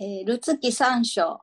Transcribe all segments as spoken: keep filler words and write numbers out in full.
えー、ルツ記三章。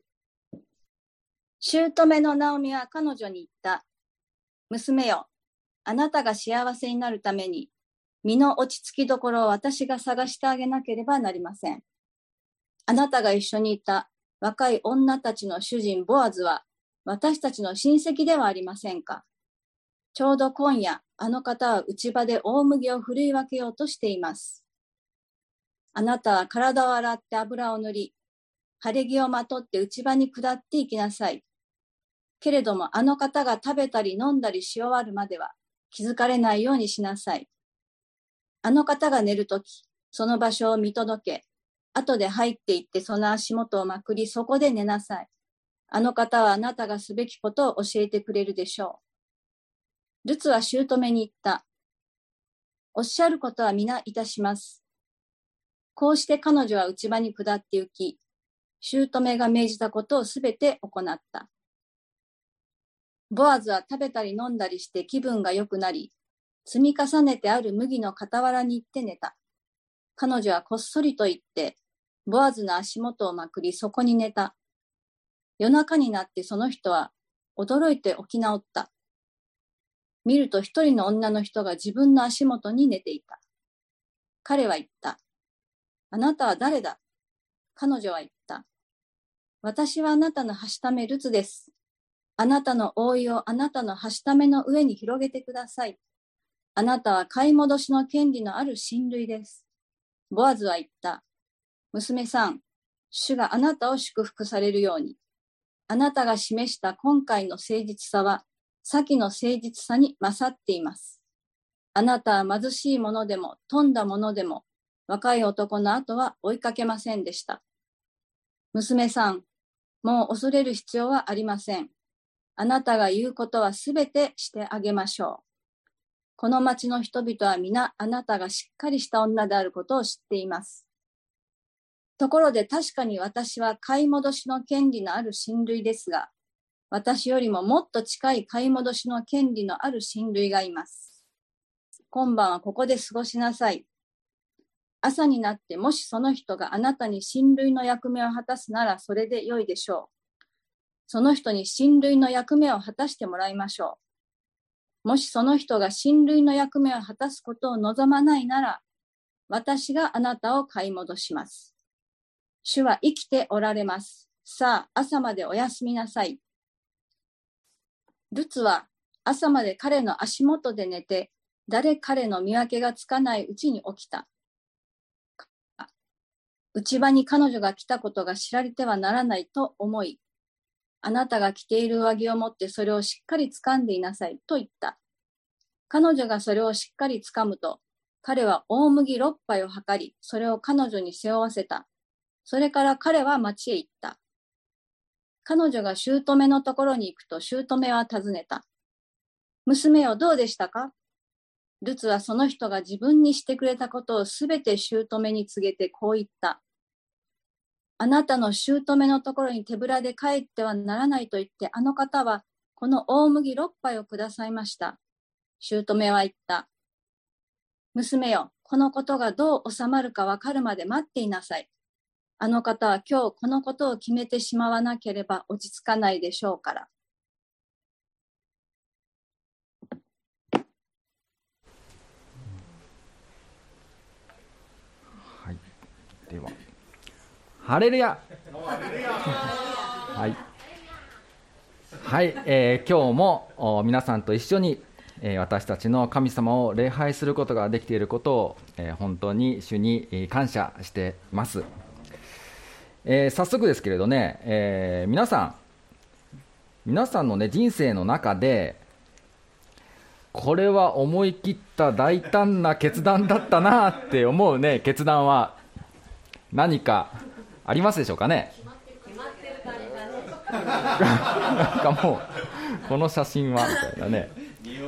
姑のナオミは彼女に言った。娘よ、あなたが幸せになるために、身の落ち着きどころを私が探してあげなければなりません。あなたが一緒にいた若い女たちの主人ボアズは、私たちの親戚ではありませんか。ちょうど今夜、あの方は内場で大麦をふるい分けようとしています。あなたは体を洗って油を塗り、晴れ着をまとって内場に下っていきなさい。けれどもあの方が食べたり飲んだりし終わるまでは気づかれないようにしなさい。あの方が寝るとき、その場所を見届け、後で入っていってその足元をまくり、そこで寝なさい。あの方はあなたがすべきことを教えてくれるでしょう。ルツは姑に言った。おっしゃることは皆いたします。こうして彼女は内場に下って行き、姑が命じたことをすべて行った。ボアズは食べたり飲んだりして気分が良くなり、積み重ねてある麦の傍らに行って寝た。彼女はこっそりと行って、ボアズの足元をまくりそこに寝た。夜中になってその人は驚いて起き直った。見ると一人の女の人が自分の足元に寝ていた。彼は言った。あなたは誰だ？彼女は言った。私はあなたのはしためルツです。あなたの覆いをあなたのはしための上に広げてください。あなたは買い戻しの権利のある親類です。ボアズは言った。娘さん、主があなたを祝福されるように。あなたが示した今回の誠実さは、先の誠実さに勝っています。あなたは貧しいものでも富んだものでも、若い男の後は追いかけませんでした。娘さん、もう恐れる必要はありません。あなたが言うことはすべてしてあげましょう。この町の人々は皆あなたがしっかりした女であることを知っています。ところで確かに私は買い戻しの権利のある親類ですが、私よりももっと近い買い戻しの権利のある親類がいます。今晩はここで過ごしなさい。朝になってもしその人があなたに親類の役目を果たすならそれでよいでしょう。その人に親類の役目を果たしてもらいましょう。もしその人が親類の役目を果たすことを望まないなら、私があなたを買い戻します。主は生きておられます。さあ、朝までお休みなさい。ルツは朝まで彼の足元で寝て、誰彼の見分けがつかないうちに起きた。内場に彼女が来たことが知られてはならないと思い、あなたが着ている上着を持ってそれをしっかり掴んでいなさいと言った。彼女がそれをしっかり掴むと、彼は大麦六杯を測り、それを彼女に背負わせた。それから彼は町へ行った。彼女が姑のところに行くと姑は尋ねた。娘よ、どうでしたか？ルツはその人が自分にしてくれたことをすべて姑に告げてこう言った。あなたの姑のところに手ぶらで帰ってはならないと言ってあの方はこの大麦六杯をくださいました。姑は言った。娘よ、このことがどう収まるかわかるまで待っていなさい。あの方は今日このことを決めてしまわなければ落ち着かないでしょうから。 はい、ではハレルヤはい、はいえー、今日も皆さんと一緒に、えー、私たちの神様を礼拝することができていることを、えー、本当に主に感謝しています。えー、早速ですけれどね、えー、皆さん皆さんの、ね、人生の中でこれは思い切った大胆な決断だったなって思う、ね、決断は何かありますでしょうかね。なんかもうこの写真はみたいなね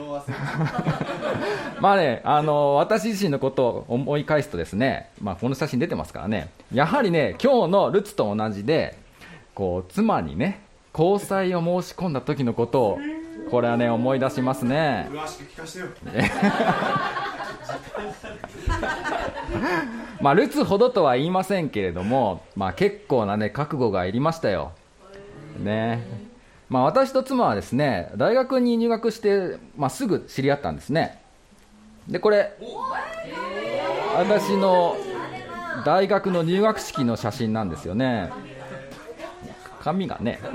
まあね、あの私自身のことを思い返すとですね、まあ、この写真出てますからね、やはりね今日のルツと同じでこう妻にね交際を申し込んだ時のことをこれはね思い出しますね。詳しく聞かせてよまあルツほどとは言いませんけれども、まあ、結構な、ね、覚悟がいりましたよ、ね。まあ、私と妻はですね大学に入学して、まあ、すぐ知り合ったんですね。でこれ私の大学の入学式の写真なんですよね。髪がね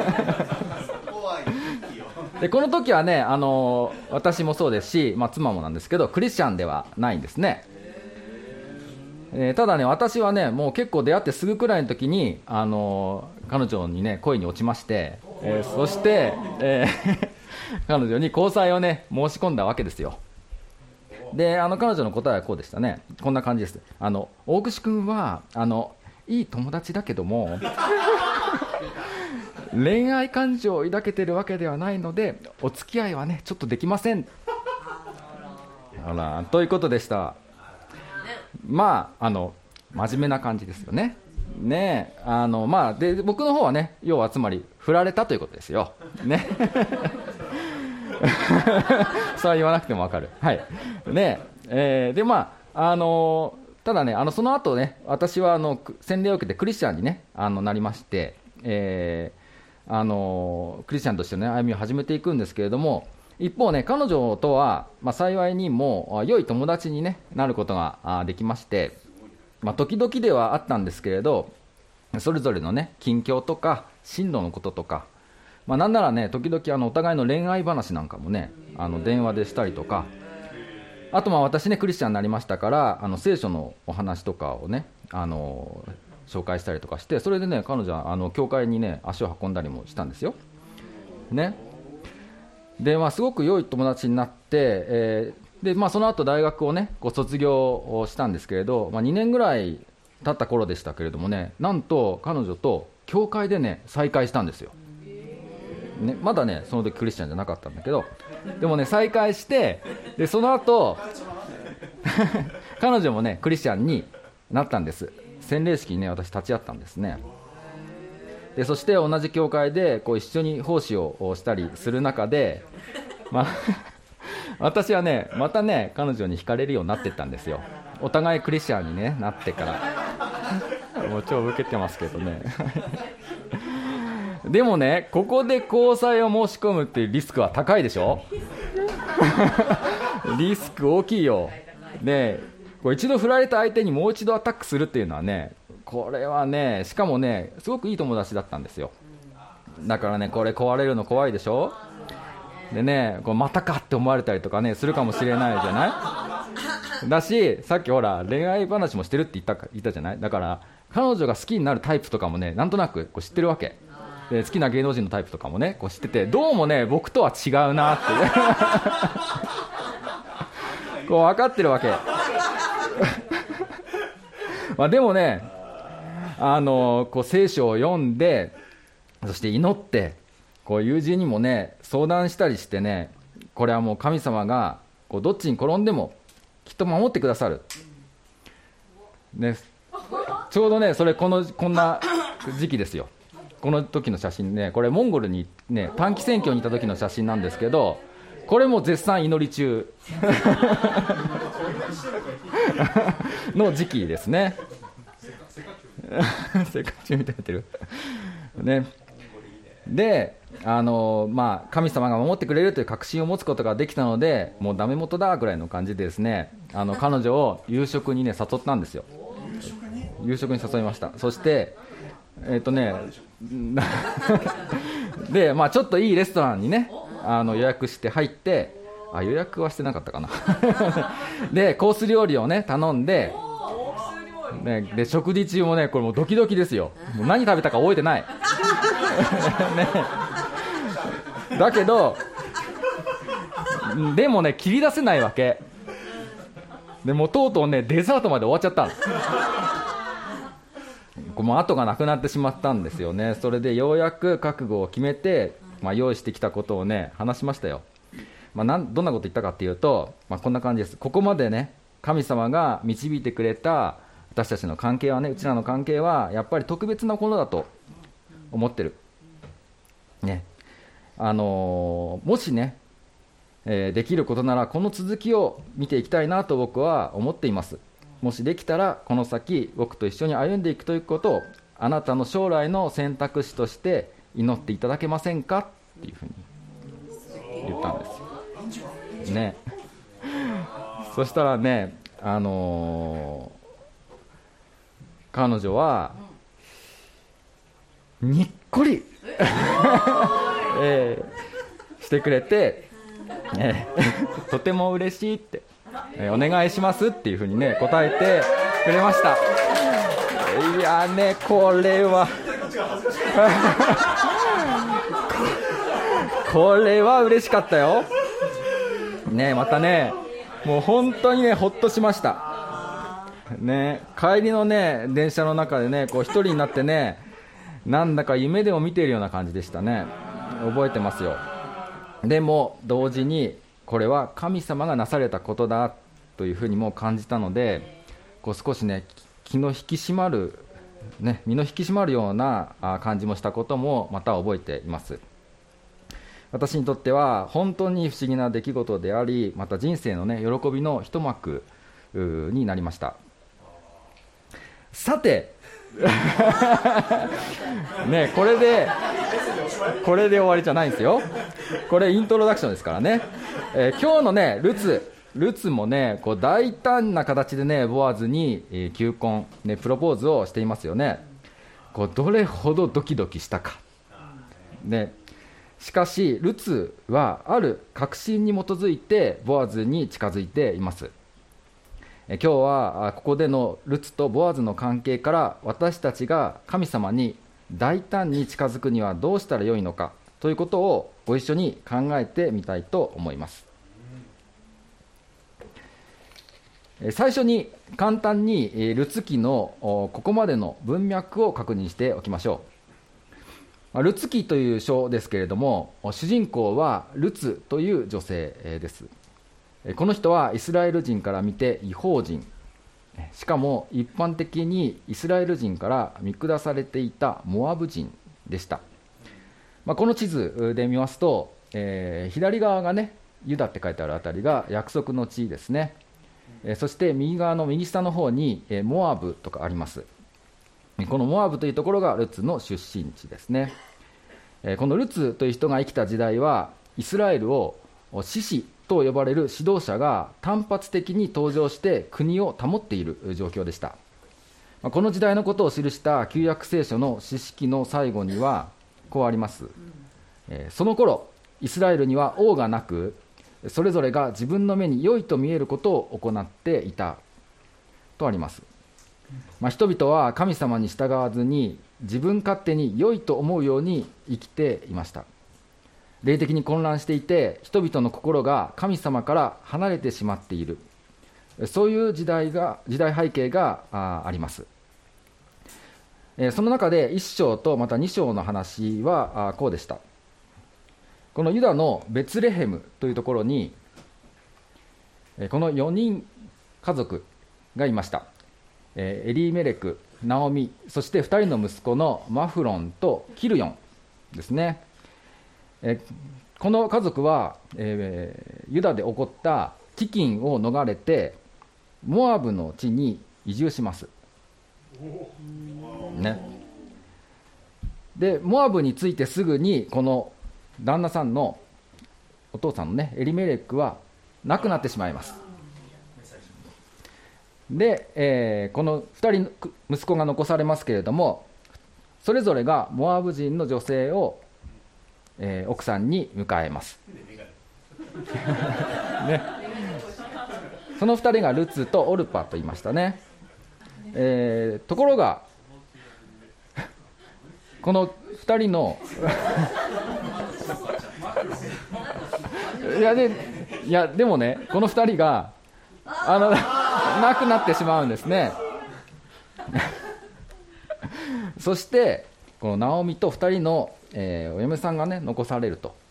でこの時はね、あの私もそうですし、まあ、妻もなんですけどクリスチャンではないんですね。えー、ただね私はねもう結構出会ってすぐくらいの時に、あの彼女にね恋に落ちまして、えー、そして、えー、彼女に交際をね申し込んだわけですよ。であの彼女の答えはこうでしたね。こんな感じです。あの大串君はあのいい友達だけども恋愛感情を抱けてるわけではないのでお付き合いはねちょっとできません。あらということでした。まああの真面目な感じですよね。ねえあのまあで僕の方はね要はつまり振られたということですよねそう言わなくてもわかる。はいねえー、でまああのただねあのその後ね私はあの洗礼を受けてクリスチャンに、ね、あのなりまして、えーあのクリスチャンとしての、ね、歩みを始めていくんですけれども、一方ね彼女とは、まあ、幸いにも良い友達に、ね、なることができまして、まあ、時々ではあったんですけれどそれぞれの、ね、近況とか進路のこととか、まあ、なんならね時々あのお互いの恋愛話なんかもねあの電話でしたりとか、あとまあ私ねクリスチャンになりましたからあの聖書のお話とかをねあの紹介したりとかして、それでね彼女はあの教会にね足を運んだりもしたんですよね。でまあすごく良い友達になって、えーでまあ、その後大学をねご卒業をしたんですけれど、まあ、にねんぐらい経った頃でしたけれどもね、なんと彼女と教会でね再会したんですよ、ね、まだねその時クリスチャンじゃなかったんだけど、でもね再会して、でその後彼女もねクリスチャンになったんです。洗礼式にね私立ち会ったんですね。でそして同じ教会でこう一緒に奉仕をしたりする中で、まあ、私はねまたね彼女に惹かれるようになっていったんですよ。お互いクリスチャンに、ね、なってからもう超受けてますけどねでもねここで交際を申し込むっていうリスクは高いでしょリスク大きいよ、ね、こう一度振られた相手にもう一度アタックするっていうのはね、これはねしかもねすごくいい友達だったんですよ。だからねこれ壊れるの怖いでしょ。でねこうまたかって思われたりとかねするかもしれないじゃないだし、さっきほら恋愛話もしてるって言った、言ったじゃない。だから彼女が好きになるタイプとかもねなんとなくこう知ってるわけで、好きな芸能人のタイプとかもねこう知ってて、どうもね僕とは違うなってこう分かってるわけまあでもねあのこう聖書を読んで、そして祈って、こう友人にもね相談したりしてね、これはもう神様がこうどっちに転んでもきっと守ってくださる、ね、ちょうどねそれこのこんな時期ですよ。この時の写真ね、これモンゴルに、ね、短期選挙に行った時の写真なんですけど、これも絶賛祈り中の時期ですね生活中みたいになってるね。であの、まあ、神様が守ってくれるという確信を持つことができたので、もうダメ元だぐらいの感じでですね、あの彼女を夕食に、ね、誘ったんですよ。夕食に誘いました。そしてえっとねで、まあ、ちょっといいレストランにねあの予約して入って、あ予約はしてなかったかなでコース料理をね頼んで、ね、で食事中もねこれもうドキドキですよ。もう何食べたか覚えてない、ね、だけどでもね切り出せないわけで、もうとうとうねデザートまで終わっちゃったの。もう後がなくなってしまったんですよね。それでようやく覚悟を決めて、まあ、用意してきたことをね話しましたよ。まあ、なんどんなこと言ったかっていうと、まあ、こんな感じです。ここまでね神様が導いてくれた私たちの関係はね、うちらの関係はやっぱり特別なものだと思ってる、ね。あのー、もしね、えー、できることならこの続きを見ていきたいなと僕は思っています。 もしできたらこの先僕と一緒に歩んでいくということをあなたの将来の選択肢として祈っていただけませんかっていうふうに言ったんですよね。そしたらね、あのー、彼女はにっこり、えー、してくれて、えー、とても嬉しいって、えー、お願いしますっていうふうにね答えてくれました。いやね、これはこれは嬉しかったよね。またね、もう本当にねほっとしましたね。帰りのね電車の中でねこう一人になってね、なんだか夢でも見ているような感じでしたね。覚えてますよ。でも同時にこれは神様がなされたことだというふうにも感じたので、こう少しね気の引き締まる、ね、身の引き締まるような感じもしたこともまた覚えています。私にとっては本当に不思議な出来事であり、また人生の、ね、喜びの一幕になりました。さてね、これでこれで終わりじゃないんですよ。これイントロダクションですからね、えー、今日のねルツルツもねこう大胆な形でねボアズに、えー、求婚、ね、プロポーズをしていますよね。こうどれほどドキドキしたか、ね、しかしルツはある確信に基づいてボアズに近づいています。今日はここでのルツとボアズの関係から私たちが神様に大胆に近づくにはどうしたらよいのかということをご一緒に考えてみたいと思います。最初に簡単にルツ記のここまでの文脈を確認しておきましょう。ルツ記という書ですけれども、主人公はルツという女性です。この人はイスラエル人から見て異邦人、しかも一般的にイスラエル人から見下されていたモアブ人でした。まあ、この地図で見ますと、えー、左側がねユダって書いてあるあたりが約束の地ですね。えー、そして右側の右下の方に、えー、モアブとかあります。このモアブというところがルツの出身地ですね。えー、このルツという人が生きた時代はイスラエルを獅子と呼ばれる指導者が単発的に登場して国を保っている状況でした。この時代のことを記した旧約聖書の詩式の最後にはこうあります。その頃イスラエルには王がなく、それぞれが自分の目に良いと見えることを行っていたとあります。まあ、人々は神様に従わずに自分勝手に良いと思うように生きていました。霊的に混乱していて、人々の心が神様から離れてしまっている、そういう時代が時代背景が あ, あります。その中でいっ章とまたに章の話はこうでした。このユダのベツレヘムというところにこのよにん家族がいました。エリメレク、ナオミ、そしてふたりの息子のマフロンとキルヨンですね。えこの家族は、えー、ユダで起こった飢饉を逃れてモアブの地に移住します、ね、でモアブについてすぐにこの旦那さんのお父さんのねエリメレックは亡くなってしまいます。で、えー、このふたり息子が残されますけれども、それぞれがモアブ人の女性をえー、奥さんに迎えます、ね、そのふたりがルツとオルパと言いましたね。えー、ところがこのふたりのいやでいやでもねこのふたりがあの亡くなってしまうんですね。そしてこのナオミとふたりのえー、お嫁さんがね残されると。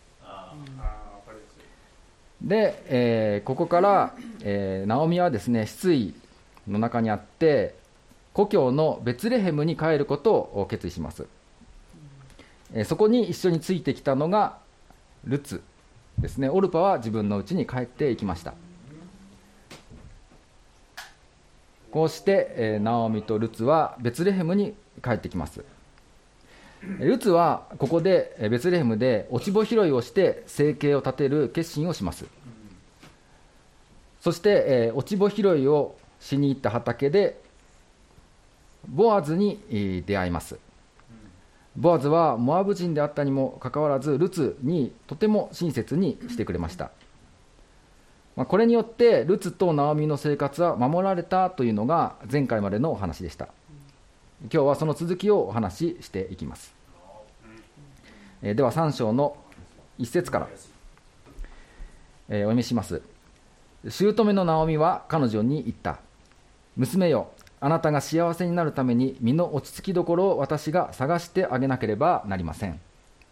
で、えー、ここから、えー、ナオミはですね失意の中にあって故郷のベツレヘムに帰ることを決意します。えー、そこに一緒についてきたのがルツですね。オルパは自分の家に帰っていきました。 こうして、えー、ナオミとルツはベツレヘムに帰ってきます。ルツはここでベツレヘムで落ち穂拾いをして生計を立てる決心をします。そして、えー、落ち穂拾いをしに行った畑でボアズに、えー、出会います。ボアズはモアブ人であったにもかかわらずルツにとても親切にしてくれました。まあ、これによってルツとナオミの生活は守られたというのが前回までのお話でした。今日はその続きをお話ししていきます。えー、ではさん章のいっ節から、えー、お読みします。姑のナオミは彼女に言った。娘よ、あなたが幸せになるために身の落ち着きどころを私が探してあげなければなりません。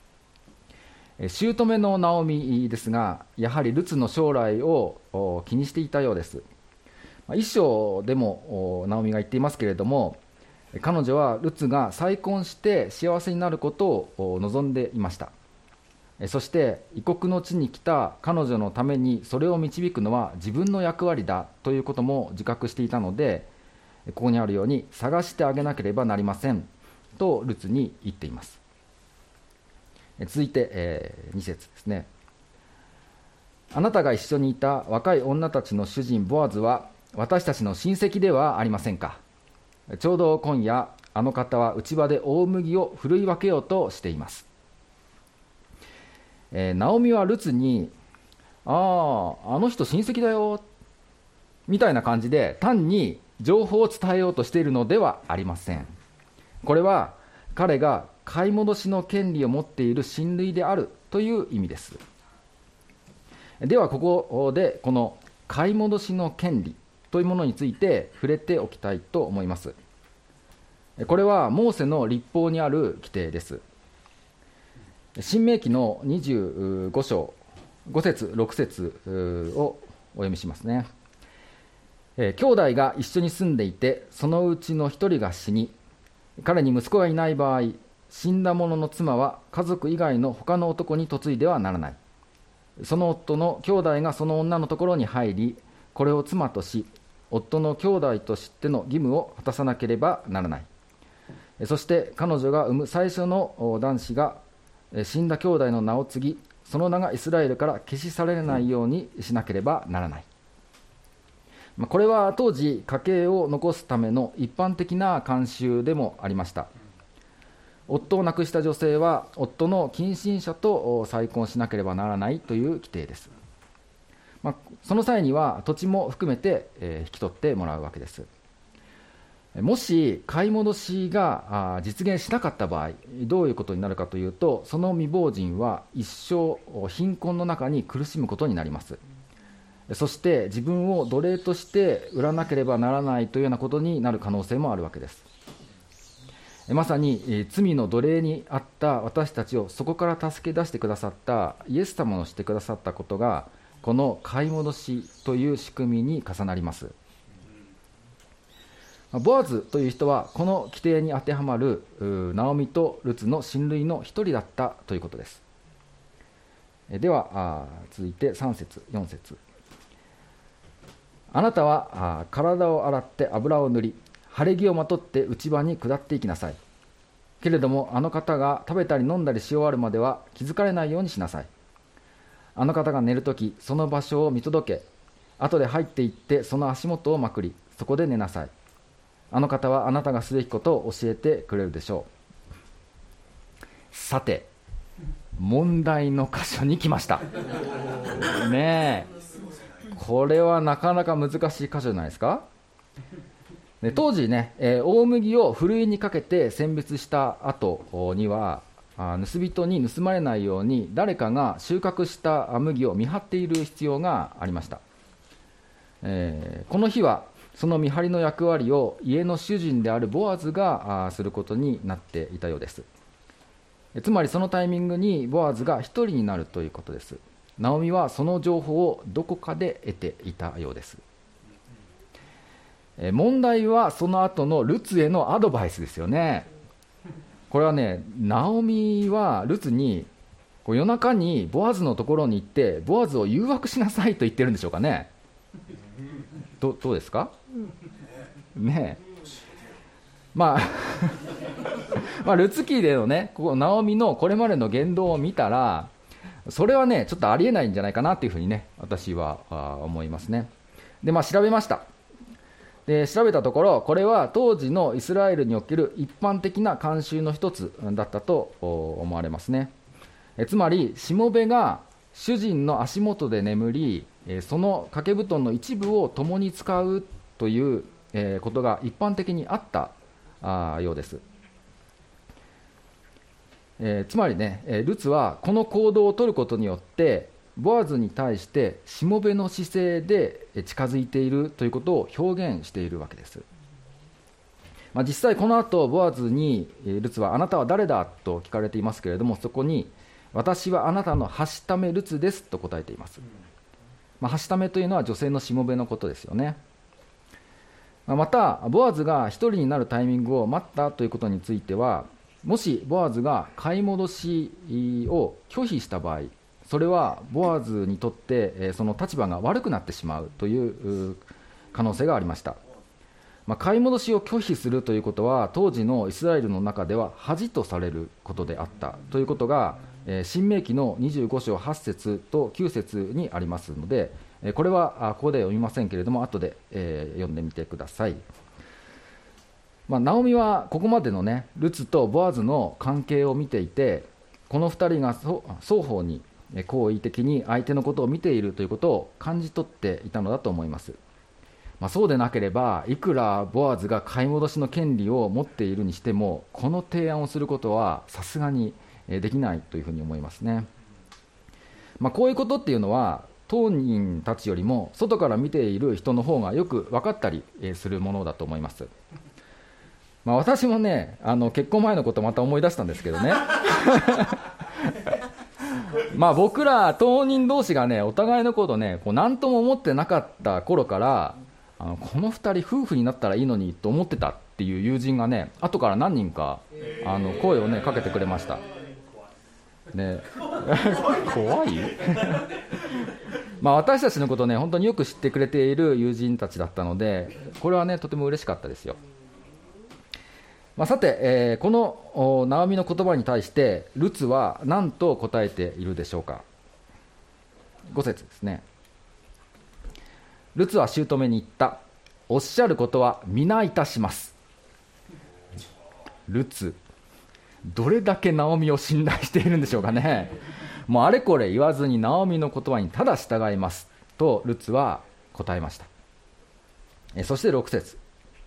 姑のナオミですが、やはりルツの将来を気にしていたようです。一章でもナオミが言っていますけれども、彼女はルツが再婚して幸せになることを望んでいました。そして異国の地に来た彼女のためにそれを導くのは自分の役割だということも自覚していたので、ここにあるように探してあげなければなりませんとルツに言っています。続いて、えー、に節ですね。あなたが一緒にいた若い女たちの主人ボアズは私たちの親戚ではありませんか。ちょうど今夜あの方は内場で大麦をふるい分けようとしています。えー、ナオミはルツに、ああ、あの人親戚だよみたいな感じで単に情報を伝えようとしているのではありません。これは彼が買い戻しの権利を持っている親類であるという意味です。ではここでこの買い戻しの権利というものについて触れておきたいと思います。これはモーセの律法にある規定です。申命記のにじゅうご章ご節ろく節をお読みしますね。えー、兄弟が一緒に住んでいてそのうちの一人が死に彼に息子がいない場合、死んだ者の妻は家族以外の他の男に嫁いではならない。その夫の兄弟がその女のところに入りこれを妻とし夫の兄弟としての義務を果たさなければならない。そして彼女が産む最初の男子が死んだ兄弟の名を継ぎその名がイスラエルから消し去られないようにしなければならない。これは当時家系を残すための一般的な慣習でもありました。夫を亡くした女性は夫の近親者と再婚しなければならないという規定です。まあ、その際には土地も含めて、えー、引き取ってもらうわけです。もし買い戻しが実現しなかった場合、どういうことになるかというと、その未亡人は一生貧困の中に苦しむことになります。そして自分を奴隷として売らなければならないというようなことになる可能性もあるわけです。まさに罪の奴隷にあった私たちをそこから助け出してくださったイエス様のしてくださったことがこの買い戻しという仕組みに重なります。ボアズという人はこの規定に当てはまるナオミとルツの親類の一人だったということです。では続いてさん節よん節。あなたは体を洗って油を塗り晴れ着をまとって内場に下っていきなさい。けれどもあの方が食べたり飲んだりし終わるまでは気づかれないようにしなさい。あの方が寝るときその場所を見届け、後で入っていってその足元をまくりそこで寝なさい。あの方はあなたがすべきことを教えてくれるでしょう。さて問題の箇所に来ましたねえ、これはなかなか難しい箇所じゃないですか。で当時ね、えー、大麦をふるいにかけて選別した後にはあ盗人に盗まれないように誰かが収穫した麦を見張っている必要がありました。えー、この日はその見張りの役割を家の主人であるボアズがすることになっていたようです。つまりそのタイミングにボアズが一人になるということです。ナオミはその情報をどこかで得ていたようです。問題はその後のルツへのアドバイスですよね。これはね、ナオミはルツにこう夜中にボアズのところに行ってボアズを誘惑しなさいと言ってるんでしょうかね。ど, どうですか。 ねえまあまあルツ記でのねここナオミのこれまでの言動を見たらそれはねちょっとありえないんじゃないかなというふうにね私は思いますね。でまあ調べました。で調べたところこれは当時のイスラエルにおける一般的な慣習の一つだったと思われますね。えつまりしもべが主人の足元で眠りその掛け布団の一部を共に使うということが一般的にあったようです。えー、つまりねルツはこの行動を取ることによってボアズに対してしもべの姿勢で近づいているということを表現しているわけです。まあ、実際この後ボアズにルツはあなたは誰だと聞かれていますけれどもそこに私はあなたのはしためルツですと答えています。まあ、はしためというのは女性のしもべのことですよね。またボアズが一人になるタイミングを待ったということについてはもしボアズが買い戻しを拒否した場合それはボアズにとってその立場が悪くなってしまうという可能性がありました。まあ、買い戻しを拒否するということは当時のイスラエルの中では恥とされることであったということが申命記のにじゅうご章はち節ときゅう節にありますのでこれはここで読みませんけれども後で読んでみてください。まあ、ナオミはここまでのねルツとボアズの関係を見ていてこのふたりが双方に好意的に相手のことを見ているということを感じ取っていたのだと思います。まあ、そうでなければいくらボアズが買い戻しの権利を持っているにしてもこの提案をすることはさすがにできないというふうに思いますね。まあ、こういうことっていうのは当人たちよりも外から見ている人の方がよく分かったりするものだと思います。まあ、私もねあの結婚前のことまた思い出したんですけどねまあ僕ら当人同士がねお互いのことねこう何とも思ってなかった頃からあのこのふたり夫婦になったらいいのにと思ってたっていう友人がね後から何人かあの声をねかけてくれましたね怖いまあ私たちのことね本当によく知ってくれている友人たちだったのでこれはねとても嬉しかったですよ。まあ、さて、えー、このナオミの言葉に対してルツは何と答えているでしょうか。ご節ですね。ルツは姑に言った。おっしゃることは皆いたします。ルツどれだけナオミを信頼しているんでしょうかね。もうあれこれ言わずにナオミの言葉にただ従いますとルツは答えました。えそしてろく節。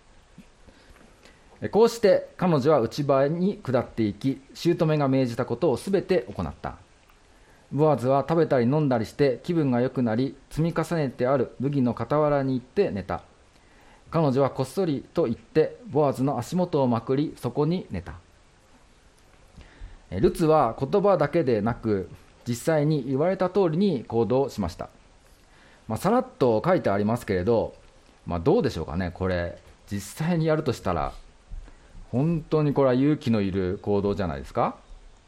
こうして彼女は内場に下っていき姑が命じたことをすべて行った。ボアズは食べたり飲んだりして気分が良くなり積み重ねてある麦の傍らに行って寝た。彼女はこっそりと言ってボアズの足元をまくりそこに寝た。ルツは言葉だけでなく実際に言われた通りに行動しました。まあ、さらっと書いてありますけれど、まあ、どうでしょうかね。これ実際にやるとしたら本当にこれは勇気のいる行動じゃないですか。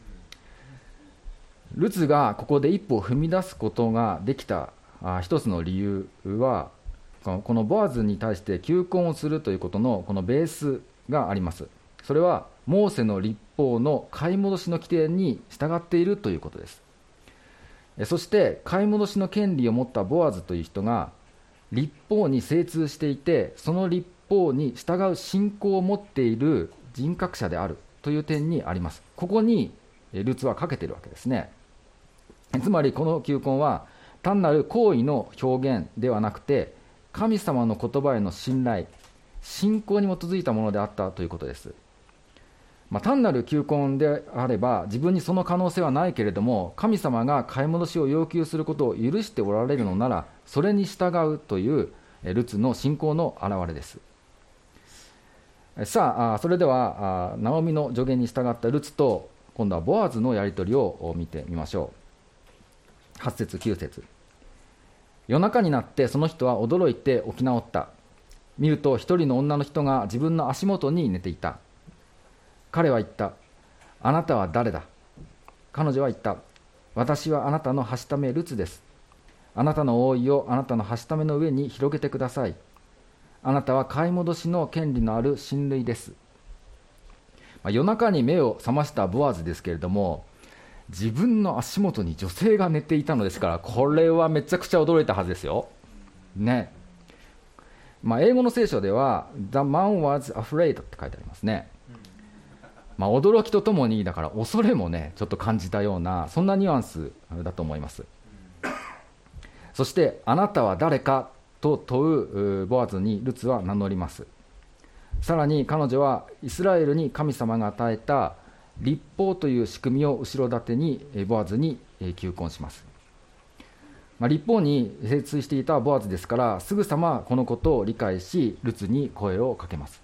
ルツがここで一歩踏み出すことができたあ一つの理由はこのボアズに対して求婚をするということのこのベースがあります。それはモーセの律法の買い戻しの規定に従っているということです。そして買い戻しの権利を持ったボアズという人が律法に精通していてその律法に従う信仰を持っている人格者であるという点にあります。ここにルツはかけているわけですね。つまりこの求婚は単なる行為の表現ではなくて神様の言葉への信頼信仰に基づいたものであったということです。まあ、単なる求婚であれば自分にその可能性はないけれども神様が買い戻しを要求することを許しておられるのならそれに従うというルツの信仰の表れです。さあそれではナオミの助言に従ったルツと今度はボアズのやり取りを見てみましょう。はち節きゅう節。夜中になってその人は驚いて起き直った。見ると一人の女の人が自分の足元に寝ていた。彼は言った。あなたは誰だ。彼女は言った。私はあなたのはしためルツです。あなたの覆いをあなたのはしための上に広げてください。 あなたは買い戻しの権利のある親類です。まあ、夜中に目を覚ましたボアズですけれども、自分の足元に女性が寝ていたのですから、これはめちゃくちゃ驚いたはずですよ、ね。まあ、英語の聖書では The man was afraid って書いてありますね。まあ、驚きとともにだから恐れもねちょっと感じたような、そんなニュアンスだと思います。そしてあなたは誰かと問うボアズにルツは名乗ります。さらに彼女はイスラエルに神様が与えた律法という仕組みを後ろ盾にボアズに求婚します。まあ、律法に精通していたボアズですから、すぐさまこのことを理解しルツに声をかけます。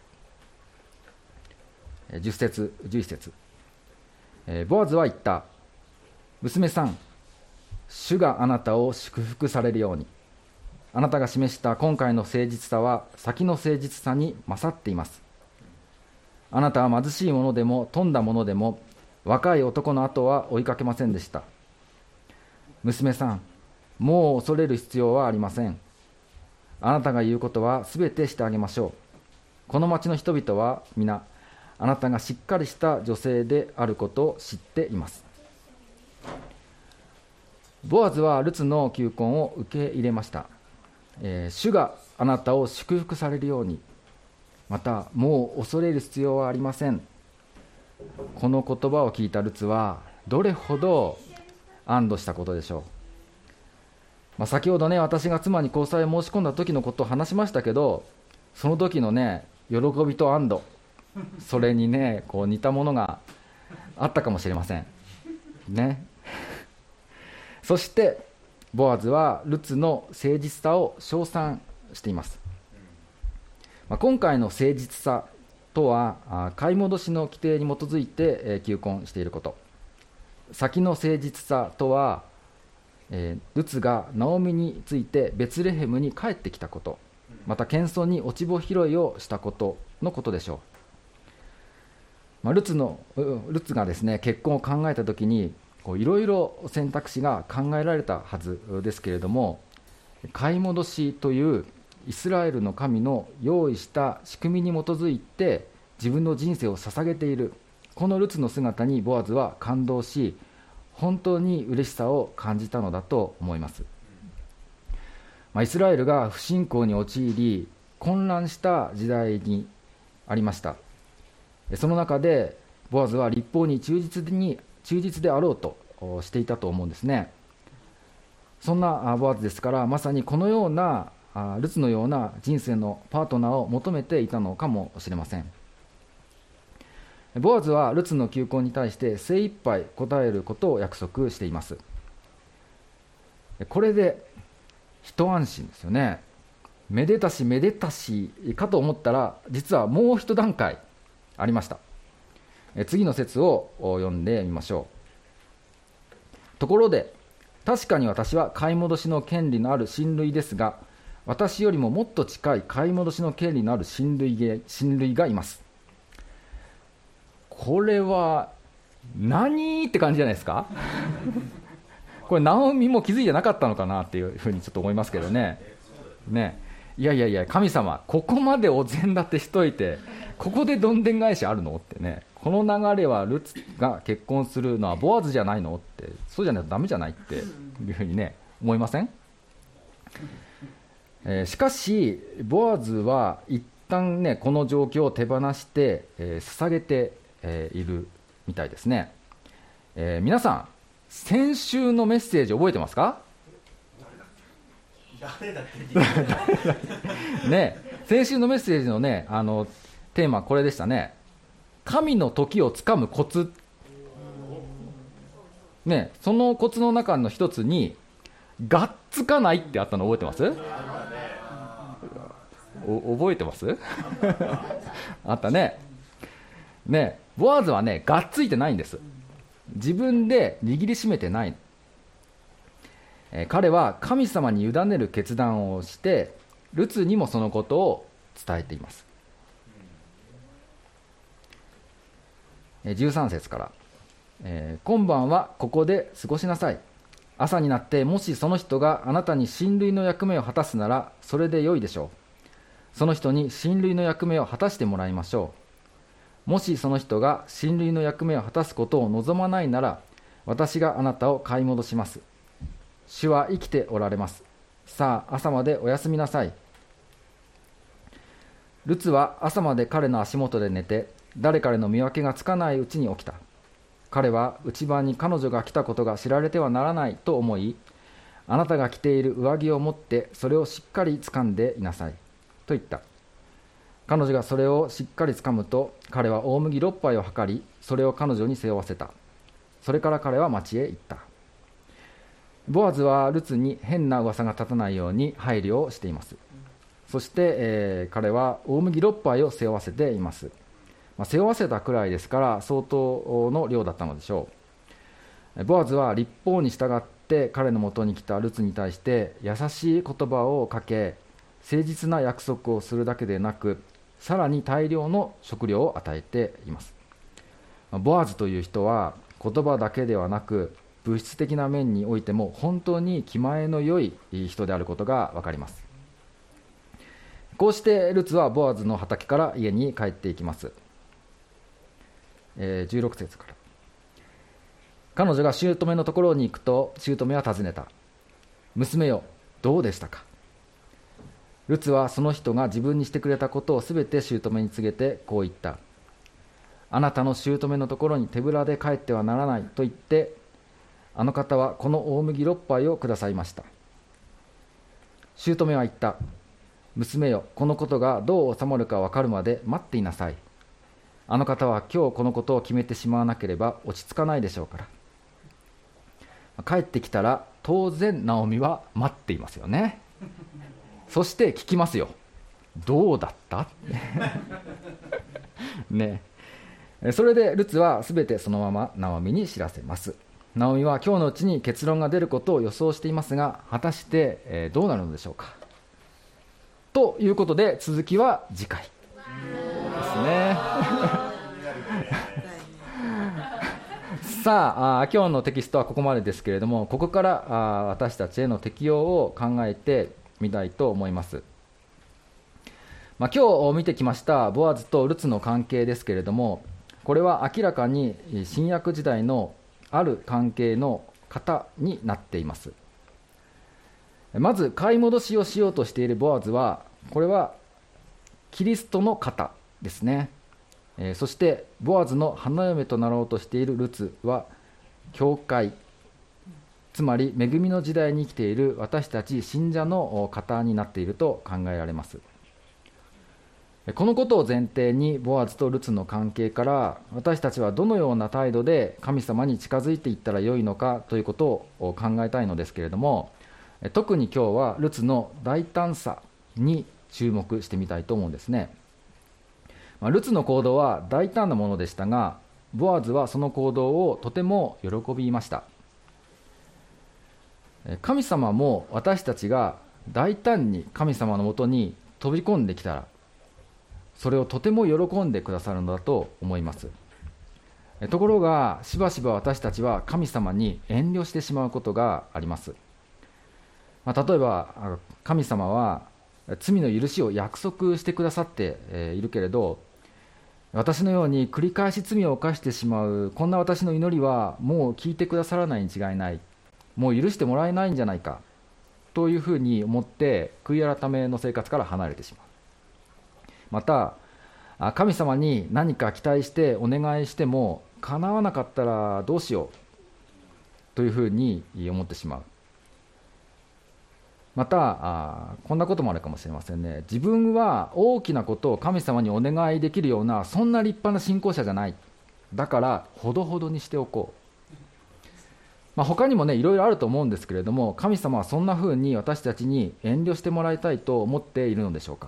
じゅっ節じゅういち節、ボアズは言った。娘さん、主があなたを祝福されるように。あなたが示した今回の誠実さは先の誠実さに勝っています。あなたは貧しいものでも富んだものでも若い男の後は追いかけませんでした。娘さん、もう恐れる必要はありません。あなたが言うことはすべてしてあげましょう。この町の人々は皆あなたがしっかりした女性であることを知っています。ボアズはルツの求婚を受け入れました。えー、主があなたを祝福されるように、またもう恐れる必要はありません。この言葉を聞いたルツはどれほど安堵したことでしょう。まあ、先ほどね私が妻に交際を申し込んだ時のことを話しましたけど、その時のね喜びと安堵、それにねこう似たものがあったかもしれませんね。そしてボアズはルツの誠実さを称賛しています。まあ、今回の誠実さとは買い戻しの規定に基づいて求婚していること、先の誠実さとは、えー、ルツがナオミについてベツレヘムに帰ってきたこと、また謙遜に落ち穂拾いをしたことのことでしょう。まあ、ルツのルツがですね結婚を考えたときにいろいろ選択肢が考えられたはずですけれども、買い戻しというイスラエルの神の用意した仕組みに基づいて自分の人生を捧げているこのルツの姿にボアズは感動し、本当に嬉しさを感じたのだと思います。まあ、イスラエルが不信仰に陥り混乱した時代にありました。その中でボアズは律法に忠実に忠実であろうとしていたと思うんですね。そんなボアズですから、まさにこのようなルツのような人生のパートナーを求めていたのかもしれません。ボアズはルツの求婚に対して精一杯答えることを約束しています。これで一安心ですよね。めでたしめでたしかと思ったら、実はもう一段階ありました。次の節を読んでみましょう。ところで確かに私は買い戻しの権利のある親類ですが、私よりももっと近い買い戻しの権利のある親類が、親類がいます。これは何って感じじゃないですかこれナオミも気づいてなかったのかなっていうふうにちょっと思いますけどね。ね、いやいやいや神様、ここまでお膳立てしといてここでどんでん返しあるのってね、この流れはルツが結婚するのはボアズじゃないのって、そうじゃないとダメじゃないっていうふうにね思いません？えー、しかしボアズは一旦ねこの状況を手放して、えー、捧げて、えー、いるみたいですね。えー、皆さん先週のメッセージ覚えてますか？ね、先週のメッセージのねあのテーマはこれでしたね。神の時をつかむコツ、ね、そのコツの中の一つにがっつかないってあったの覚えてます？お覚えてますあったね。ね、ボアズはねがっついてないんです。自分で握りしめてない、えー、彼は神様に委ねる決断をしてルツにもそのことを伝えています。じゅうさん節から、えー、今晩はここで過ごしなさい。朝になってもしその人があなたに親類の役目を果たすならそれで良いでしょう。 その人に親類の役目を果たしてもらいましょう。もしその人が親類の役目を果たすことを望まないなら、私があなたを買い戻します。主は生きておられます。さあ、朝までお休みなさい。ルツは朝まで彼の足元で寝て、誰彼の見分けがつかないうちに起きた。彼は内番に彼女が来たことが知られてはならないと思い、あなたが着ている上着を持ってそれをしっかり掴んでいなさいと言った。彼女がそれをしっかり掴むと、彼は大麦ろっぱいを測り、それを彼女に背負わせた。それから彼は町へ行った。ボアズはルツに変な噂が立たないように配慮をしています。そして、えー、彼は大麦ろっぱいを背負わせています。まあ、背負わせたくらいですから相当の量だったのでしょう。ボアズは立法に従って彼のもとに来たルツに対して優しい言葉をかけ、誠実な約束をするだけでなく、さらに大量の食料を与えています。ボアズという人は言葉だけではなく、物質的な面においても本当に気前の良い人であることが分かります。こうしてルツはボアズの畑から家に帰っていきます。えー、じゅうろく節から。彼女が姑のところに行くと、姑は尋ねた。娘よ、どうでしたか。ルツはその人が自分にしてくれたことをすべて姑に告げてこう言った。あなたの姑のところに手ぶらで帰ってはならないと言って、あの方はこの大麦ろっぱいをくださいました。姑は言った。娘よ、このことがどう収まるか分かるまで待っていなさい。あの方は今日このことを決めてしまわなければ落ち着かないでしょうから。帰ってきたら当然ナオミは待っていますよね。そして聞きますよ。どうだったね。それでルツはすべてそのままナオミに知らせます。ナオミは今日のうちに結論が出ることを予想していますが、果たして、えー、どうなるのでしょうか。ということで続きは次回ですね。さあ、あ今日のテキストはここまでですけれども、ここからあ私たちへの適用を考えてみたいと思います。まあ、今日見てきましたボアズとルツの関係ですけれども、これは明らかに新約時代のある関係の型になっています。まず買い戻しをしようとしているボアズは、これはキリストの型ですね。えー、そしてボアズの花嫁となろうとしているルツは教会、つまり恵みの時代に生きている私たち信者の型になっていると考えられます。このことを前提にボアズとルツの関係から私たちはどのような態度で神様に近づいていったらよいのかということを考えたいのですけれども、特に今日はルツの大胆さに注目してみたいと思うんですね。ルツの行動は大胆なものでしたが、ボアズはその行動をとても喜びました。神様も私たちが大胆に神様のもとに飛び込んできたら、それをとても喜んでくださるのだと思います。ところがしばしば私たちは神様に遠慮してしまうことがあります。まあ、例えば神様は罪の許しを約束してくださっているけれど、私のように繰り返し罪を犯してしまうこんな私の祈りはもう聞いてくださらないに違いない、もう許してもらえないんじゃないかというふうに思って悔い改めの生活から離れてしまう。また神様に何か期待してお願いしても叶わなかったらどうしようというふうに思ってしまう。またあこんなこともあるかもしれませんね。自分は大きなことを神様にお願いできるようなそんな立派な信仰者じゃない、だからほどほどにしておこう。まあ、他にもねいろいろあると思うんですけれども、神様はそんなふうに私たちに遠慮してもらいたいと思っているのでしょうか。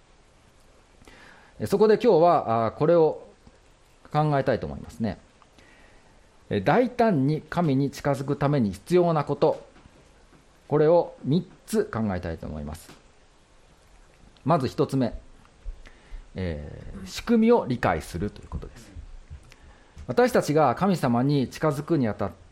そこで今日はこれを考えたいと思いますね。大胆に神に近づくために必要なこと、これをみっつ考えたいと思います。まずひとつめ、えー、仕組みを理解するということです。私たちが神様に近づくにあたって、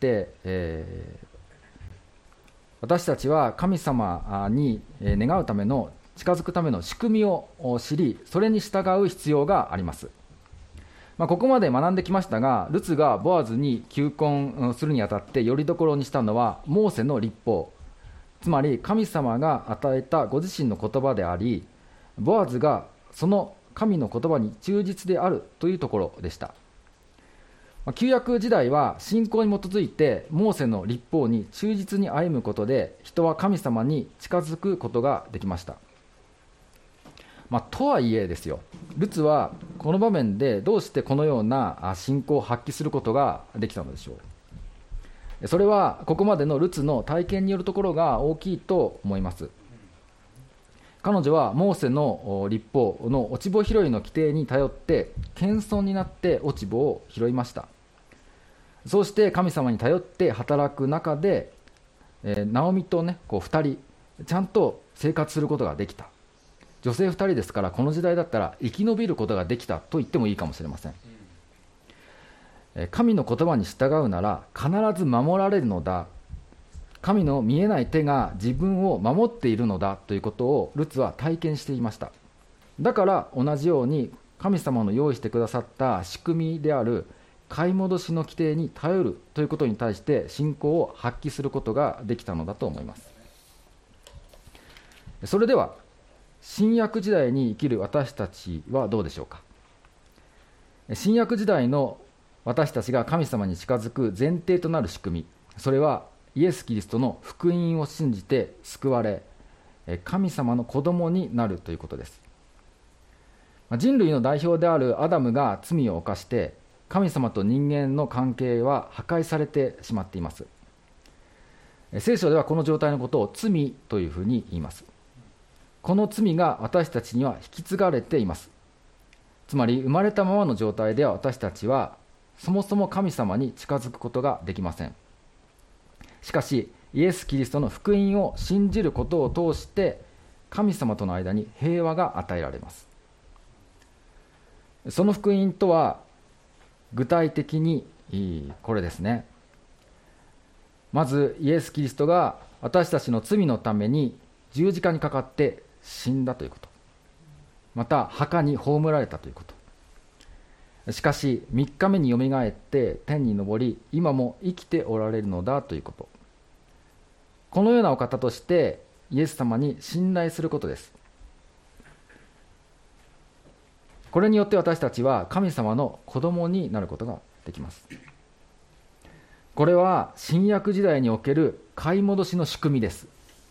えー、私たちは神様に願うための近づくための仕組みを知り、それに従う必要があります。まあ、ここまで学んできましたが、ルツがボアズに求婚するにあたってよりどころにしたのはモーセの律法、つまり神様が与えたご自身の言葉であり、ボアズがその神の言葉に忠実であるというところでした。旧約時代は信仰に基づいてモーセの律法に忠実に歩むことで、人は神様に近づくことができました。まあ、とはいえですよ、ルツはこの場面でどうしてこのような信仰を発揮することができたのでしょう。それはここまでのルツの体験によるところが大きいと思います。彼女はモーセの律法の落ち穂拾いの規定に頼って謙遜になって落ち穂を拾いました。そうして神様に頼って働く中で、えー、ナオミとね、こうふたりちゃんと生活することができた。女性ふたりですから、この時代だったら生き延びることができたと言ってもいいかもしれません。神の言葉に従うなら必ず守られるのだ、神の見えない手が自分を守っているのだということをルツは体験していました。だから同じように神様の用意してくださった仕組みである買い戻しの規定に頼るということに対して信仰を発揮することができたのだと思います。それでは新約時代に生きる私たちはどうでしょうか。新約時代の私たちが神様に近づく前提となる仕組み、それはイエス・キリストの福音を信じて救われ、神様の子供になるということです。人類の代表であるアダムが罪を犯して、神様と人間の関係は破壊されてしまっています。聖書ではこの状態のことを罪というふうに言います。この罪が私たちには引き継がれています。つまり生まれたままの状態では私たちはそもそも神様に近づくことができません。しかしイエス・キリストの福音を信じることを通して神様との間に平和が与えられます。その福音とは具体的にこれですね。まずイエス・キリストが私たちの罪のために十字架にかかって死んだということ、また墓に葬られたということ、しかしみっかめによみがえって天に昇り今も生きておられるのだということ、このようなお方としてイエス様に信頼することです。これによって私たちは神様の子供になることができます。これは新約時代における買い戻しの仕組みです、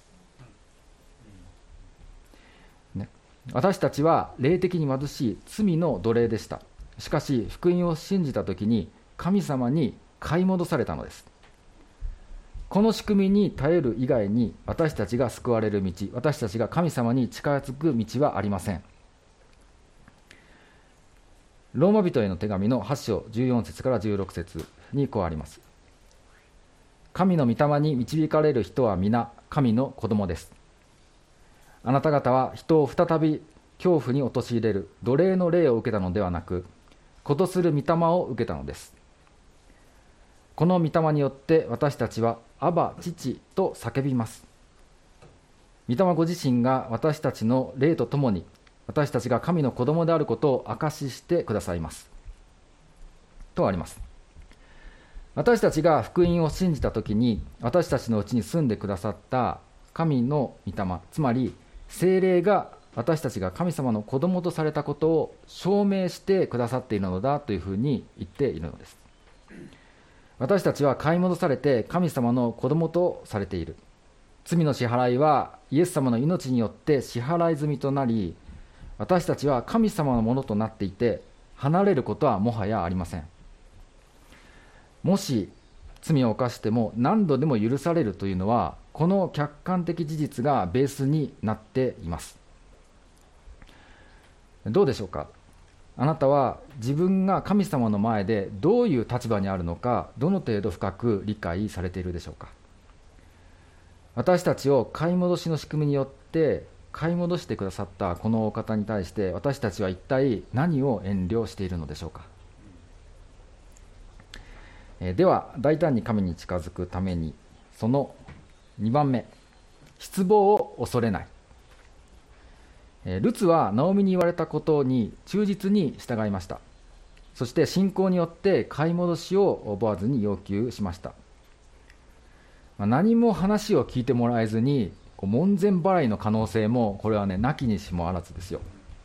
ね、私たちは霊的に貧しい罪の奴隷でした。しかし福音を信じたときに神様に買い戻されたのです。この仕組みに頼る以外に私たちが救われる道、私たちが神様に近づく道はありません。ローマ人への手紙のはち章じゅうよん節からじゅうろく節にこうあります。神の御霊に導かれる人は皆神の子供です。あなた方は人を再び恐怖に陥れる奴隷の霊を受けたのではなく、子とする御霊を受けたのです。この御霊によって私たちはアバ父と叫びます。御霊ご自身が私たちの霊とともに私たちが神の子供であることを証ししてくださいますとあります。私たちが福音を信じたときに私たちのうちに住んでくださった神の御霊、つまり聖霊が私たちが神様の子供とされたことを証明してくださっているのだというふうに言っているのです。私たちは買い戻されて神様の子供とされている。罪の支払いはイエス様の命によって支払い済みとなり、私たちは神様のものとなっていて離れることはもはやありません。もし罪を犯しても何度でも許されるというのはこの客観的事実がベースになっています。どうでしょうか。あなたは自分が神様の前でどういう立場にあるのか、どの程度深く理解されているでしょうか。私たちを買い戻しの仕組みによって買い戻してくださったこのお方に対して私たちは一体何を遠慮しているのでしょうか。えー、では大胆に神に近づくためにそのにばんめ、失望を恐れない。 ルツはナオミに言われたことに忠実に従いました。そして信仰によって買い戻しをボアズに要求しました。何も話を聞いてもらえずに門前払いの可能性もこれはね、なきにしもあらずですよ。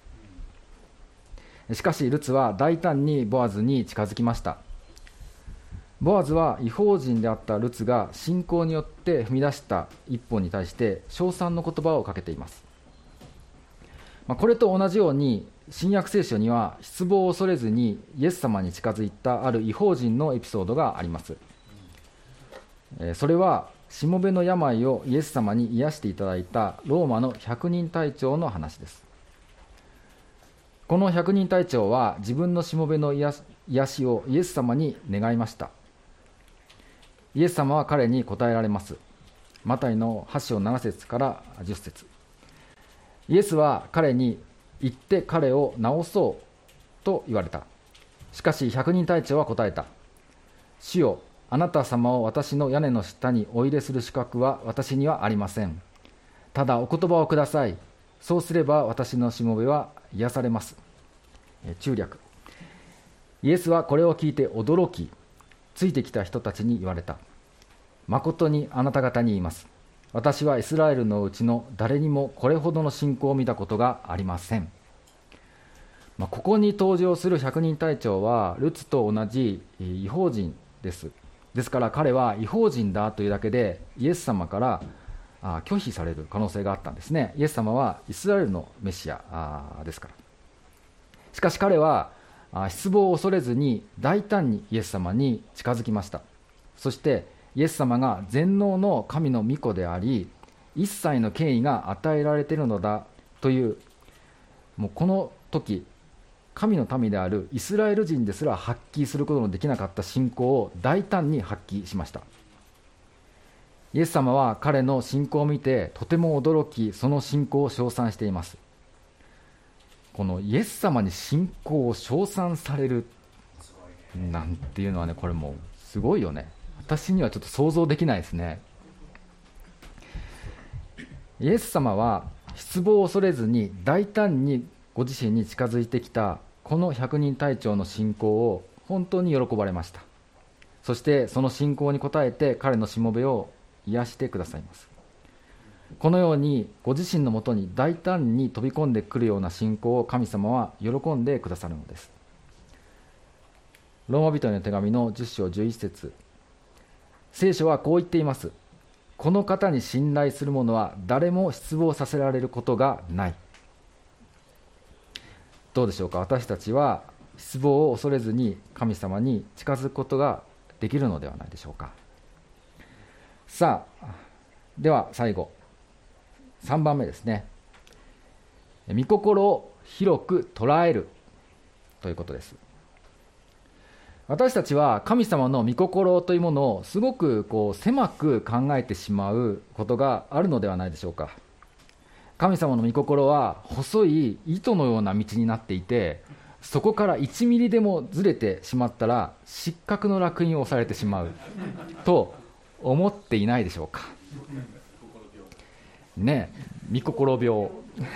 しかしルツは大胆にボアズに近づきました。ボアズは異邦人であったルツが信仰によって踏み出した一歩に対して称賛の言葉をかけています。これと同じように新約聖書には失望を恐れずにイエス様に近づいたある異邦人のエピソードがあります。それはしもべの病をイエス様に癒していただいたローマの百人隊長の話です。この百人隊長は自分のしもべの癒しをイエス様に願いました。イエス様は彼に答えられます。マタイのはち章なな節からじゅっ節。イエスは彼に行って彼を治そうと言われた。しかし百人隊長は答えた。主よ、あなた様を私の屋根の下にお入れする資格は私にはありません。ただお言葉をください。そうすれば私のしもべは癒されます。中略。イエスはこれを聞いて驚き、ついてきた人たちに言われた。誠にあなた方に言います。私はイスラエルのうちの誰にもこれほどの信仰を見たことがありません。まあ、ここに登場する百人隊長はルツと同じ異邦人です。ですから彼は異邦人だというだけでイエス様から拒否される可能性があったんですね。イエス様はイスラエルのメシアですから。しかし彼は失望を恐れずに大胆にイエス様に近づきました。そしてイエス様が全能の神の御子であり、一切の権威が与えられているのだという、もうこの時神の民であるイスラエル人ですら発揮することのできなかった信仰を大胆に発揮しました。イエス様は彼の信仰を見てとても驚き、その信仰を称賛しています。このイエス様に信仰を称賛されるなんていうのはね、これもうすごいよね。私にはちょっと想像できないですね。イエス様は失望を恐れずに大胆にご自身に近づいてきたこの百人隊長の信仰を本当に喜ばれました。そしてその信仰に応えて彼のしもべを癒してくださいます。このようにご自身のもとに大胆に飛び込んでくるような信仰を神様は喜んでくださるのです。ローマ人への手紙のじゅっ章じゅういち節、聖書はこう言っています。この方に信頼する者は誰も失望させられることがない。どうでしょうか。私たちは失望を恐れずに神様に近づくことができるのではないでしょうか。さあ、では最後さんばんめですね。御心を広く捉えるということです。私たちは神様の御心というものをすごくこう狭く考えてしまうことがあるのではないでしょうか。神様の御心は細い糸のような道になっていて、そこからいちミリでもずれてしまったら失格の烙印を押されてしまうと思っていないでしょうかね。御心病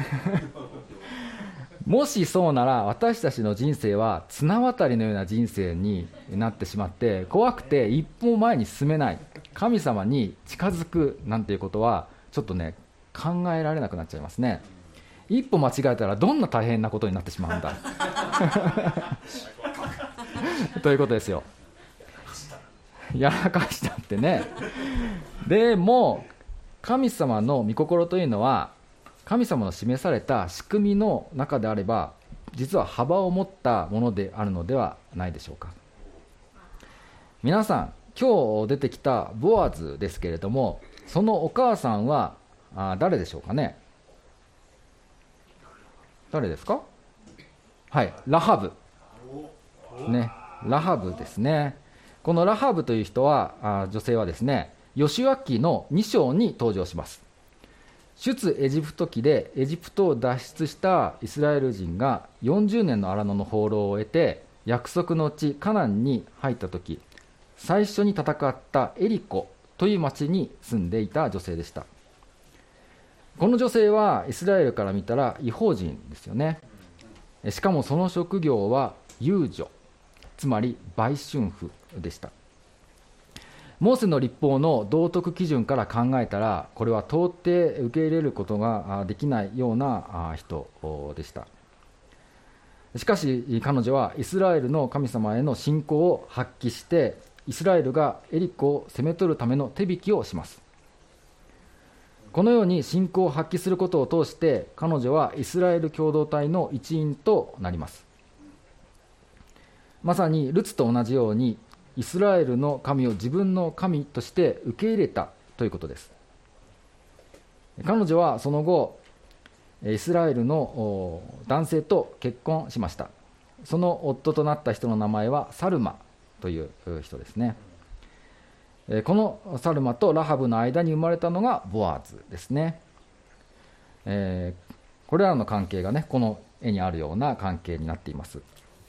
もしそうなら私たちの人生は綱渡りのような人生になってしまって、怖くて一歩前に進めない、神様に近づくなんていうことはちょっとね考えられなくなっちゃいますね。一歩間違えたらどんな大変なことになってしまうんだということですよ。やらかしたってね。でも神様の御心というのは神様の示された仕組みの中であれば実は幅を持ったものであるのではないでしょうか。皆さん、今日出てきたボアズですけれども、そのお母さんはあ誰でしょうかね。誰ですか。はい、ラハブね、ラハブですね。このラハブという人はあ女性はですね、ヨシュア記のに章に登場します。出エジプト記でエジプトを脱出したイスラエル人がよんじゅうねんの荒野の放浪を得て約束の地カナンに入ったとき、最初に戦ったエリコという町に住んでいた女性でした。 この女性はイスラエルから見たら異邦人ですよね。しかもその職業は遊女、つまり売春婦でした。モーセの律法の道徳基準から考えたら、これは到底受け入れることができないような人でした。しかし彼女はイスラエルの神様への信仰を発揮して、イスラエルがエリコを攻め取るための手引きをします。このように信仰を発揮することを通して、彼女はイスラエル共同体の一員となります。まさにルツと同じように、イスラエルの神を自分の神として受け入れたということです。彼女はその後、イスラエルの男性と結婚しました。その夫となった人の名前はサルマという人ですね。このサルマとラハブの間に生まれたのがボアズですね。えー、これらの関係がね、この絵にあるような関係になっています。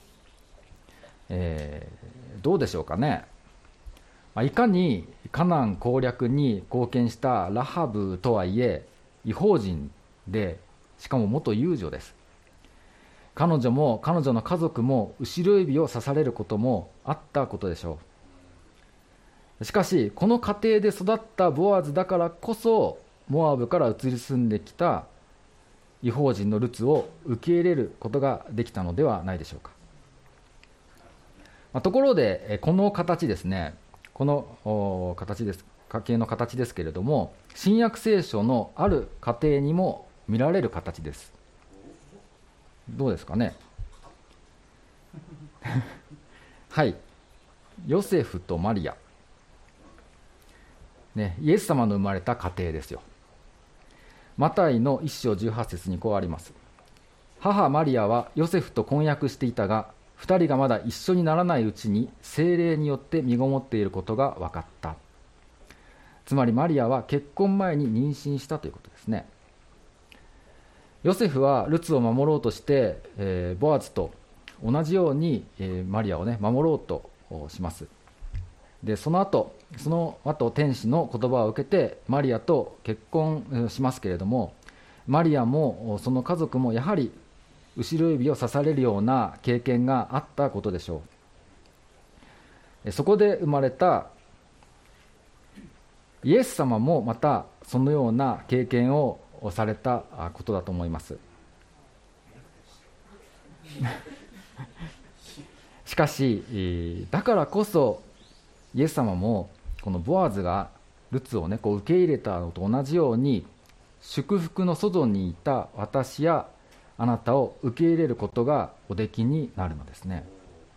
えー、どうでしょうかね。いかにカナン攻略に貢献したラハブとはいえ、異邦人で、しかも元遊女です。彼女も彼女の家族も後ろ指を刺されることもあったことでしょう。しかしこの家庭で育ったボアズだからこそ、モアブから移り住んできた異邦人のルツを受け入れることができたのではないでしょうか。まあ、ところでこの形ですね、この形です、家系の形ですけれども、新約聖書のある家庭にも見られる形です。どうですかね。はい、ヨセフとマリア、ね、イエス様の生まれた家庭ですよ。マタイの一章じゅうはち節にこうあります。母マリアはヨセフと婚約していたが、二人がまだ一緒にならないうちに聖霊によって身ごもっていることが分かった。つまりマリアは結婚前に妊娠したということですね。ヨセフはルツを守ろうとして、えー、ボアズと同じように、えー、マリアをね守ろうとします。でその後その後天使の言葉を受けてマリアと結婚しますけれども、マリアもその家族もやはり後ろ指を刺されるような経験があったことでしょう。そこで生まれたイエス様もまたそのような経験をされたことだと思います。しかしだからこそイエス様もこのボアズがルツをねこう受け入れたのと同じように、祝福の外にいた私やあなたを受け入れることがおできになるのですね。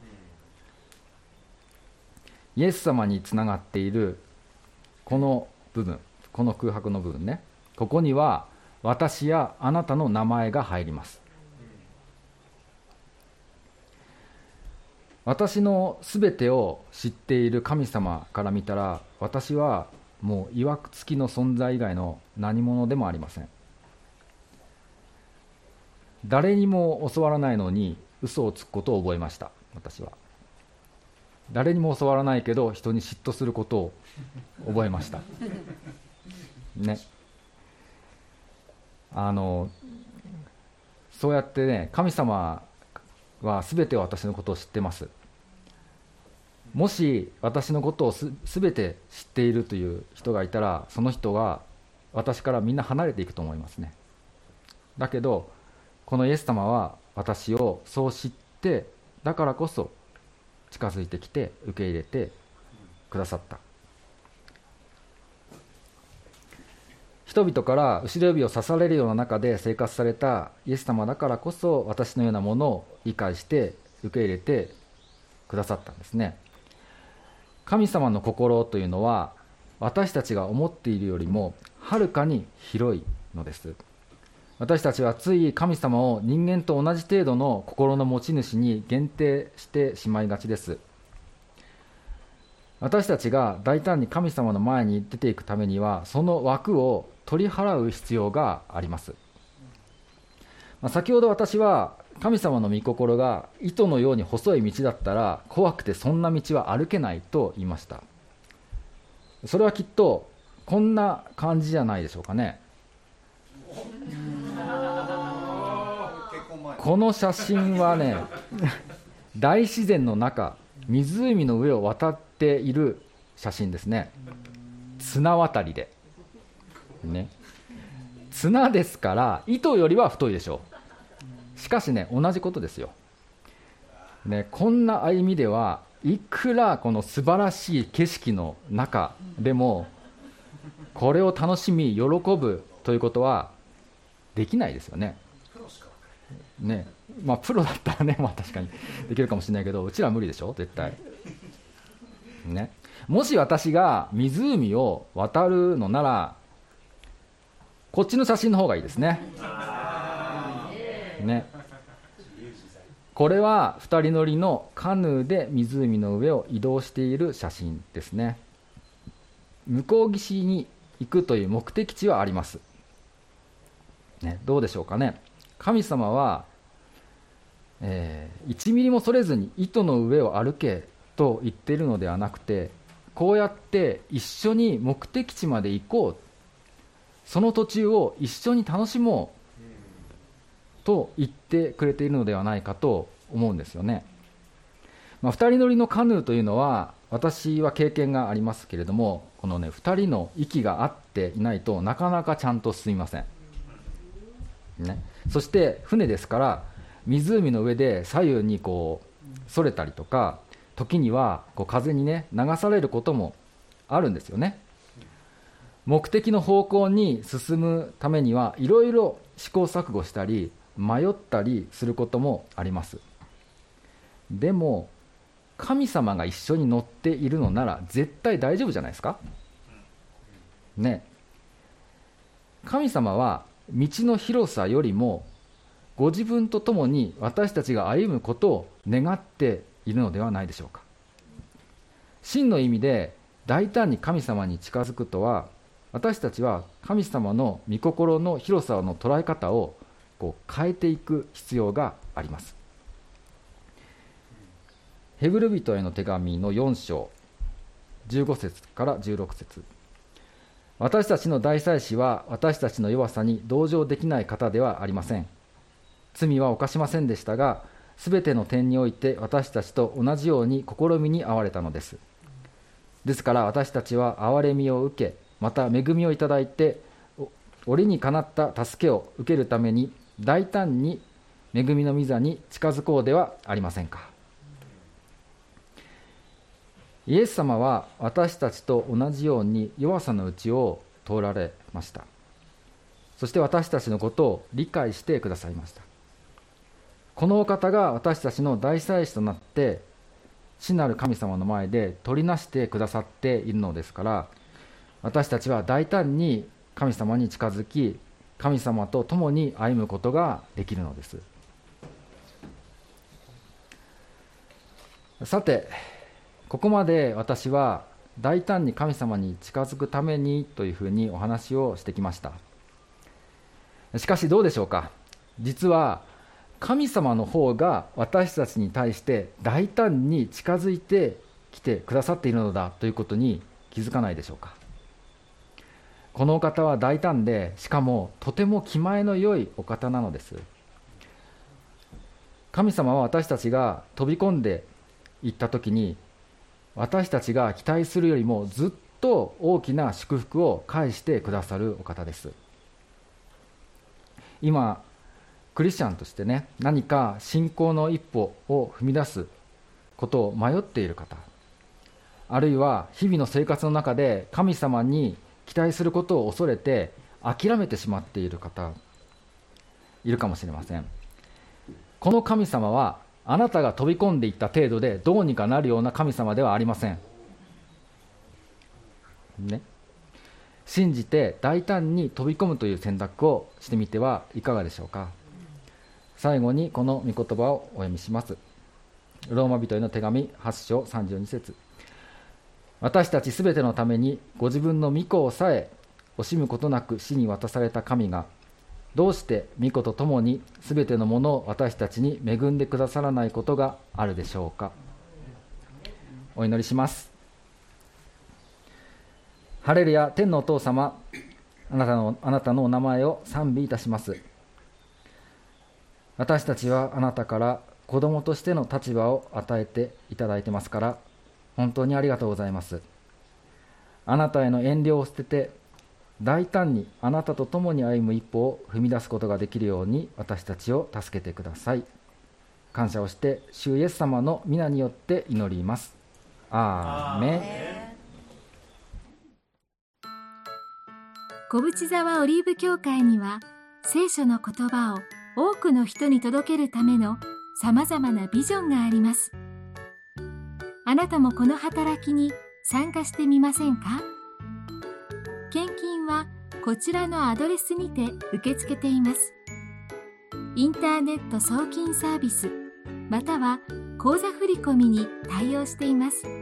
イエス様につながっているこの部分、この空白の部分ね、ここには私やあなたの名前が入ります。私のすべてを知っている神様から見たら、私はもう曰くつきの存在以外の何者でもありません。誰にも教わらないのに嘘をつくことを覚えました。私は誰にも教わらないけど人に嫉妬することを覚えましたね。あのそうやってね、神様はすべて私のことを知ってます。もし私のことをすべて知っているという人がいたら、その人が私からみんな離れていくと思いますね。だけどこのイエス様は私をそう知って、だからこそ近づいてきて受け入れてくださった。人々から後ろ指を刺されるような中で生活されたイエス様だからこそ、私のようなものを理解して受け入れてくださったんですね。神様の心というのは私たちが思っているよりもはるかに広いのです。私たちはつい神様を人間と同じ程度の心の持ち主に限定してしまいがちです。私たちが大胆に神様の前に出ていくためには、その枠を取り払う必要があります。先ほど私は神様の御心が糸のように細い道だったら怖くてそんな道は歩けないと言いました。それはきっとこんな感じじゃないでしょうかね。 この写真はね大自然の中、湖の上を渡っている写真ですね。綱渡りで、ね、綱ですから糸よりは太いでしょう。しかしね、同じことですよ、ね、こんな歩みではいくらこの素晴らしい景色の中でもこれを楽しみ喜ぶということはできないですよね。ね、まあプロだったらね、まあ確かにできるかもしれないけど、うちらは無理でしょ絶対ね。もし私が湖を渡るのならこっちの写真の方がいいですね。ね、これはふたり乗りのカヌーで湖の上を移動している写真ですね。向こう岸に行くという目的地はあります、ね、どうでしょうかね。神様は、えー、いちミリもそれずに糸の上を歩けと言っているのではなくて、こうやって一緒に目的地まで行こう、その途中を一緒に楽しもうと言ってくれているのではないかと思うんですよね。まあ、ふたり乗りのカヌーというのは私は経験がありますけれども、このねふたりの息が合っていないとなかなかちゃんと進みません、ね、そして船ですから湖の上で左右にこうそれたりとか、時にはこう風にね流されることもあるんですよね。目的の方向に進むためにはいろいろ試行錯誤したり迷ったりすることもあります。でも神様が一緒に乗っているのなら絶対大丈夫じゃないですかね。神様は道の広さよりもご自分と共に私たちが歩むことを願っているのではないでしょうか。真の意味で大胆に神様に近づくとは、私たちは神様の御心の広さの捉え方をこう変えていく必要があります。ヘブル人への手紙のよん章じゅうご節からじゅうろく節、私たちの大祭司は私たちの弱さに同情できない方ではありません。罪は犯しませんでしたが、すべての点において私たちと同じように試みに遭われたのです。ですから私たちは憐れみを受け、また恵みをいただいて、折にかなった助けを受けるために大胆に恵みの御座に近づこうではありませんか。イエス様は私たちと同じように弱さのうちを通られました。そして私たちのことを理解してくださいました。このお方が私たちの大祭司となって父なる神様の前で取りなしてくださっているのですから、私たちは大胆に神様に近づき、神様と共に歩むことができるのです。さて、ここまで私は大胆に神様に近づくためにというふうにお話をしてきました。しかしどうでしょうか。実は神様の方が私たちに対して大胆に近づいてきてくださっているのだということに気づかないでしょうか。このお方は大胆で、しかもとても気前の良いお方なのです。神様は私たちが飛び込んでいったときに、私たちが期待するよりもずっと大きな祝福を返してくださるお方です。今クリスチャンとしてね、何か信仰の一歩を踏み出すことを迷っている方、あるいは日々の生活の中で神様に期待することを恐れて諦めてしまっている方いるかもしれません。この神様はあなたが飛び込んでいった程度でどうにかなるような神様ではありません、ね、信じて大胆に飛び込むという選択をしてみてはいかがでしょうか。最後にこの御言葉をお読みします。ローマ人への手紙はち章さんじゅうに節、私たちすべてのためにご自分の御子をさえ惜しむことなく死に渡された神が、どうして御子とともにすべてのものを私たちに恵んでくださらないことがあるでしょうか。お祈りします。ハレルヤ。天のお父様、 あなたの、あなたのお名前を賛美いたします。私たちはあなたから子供としての立場を与えていただいてますから、本当にありがとうございます。あなたへの遠慮を捨てて、大胆にあなたと共に歩む一歩を踏み出すことができるように私たちを助けてください。感謝をして主イエス様の皆によって祈ります。アーメン。 小淵沢オリーブ教会には聖書の言葉を多くの人に届けるためのさまざまなビジョンがあります。あなたもこの働きに参加してみませんか？献金はこちらのアドレスにて受け付けています。インターネット送金サービスまたは口座振込に対応しています。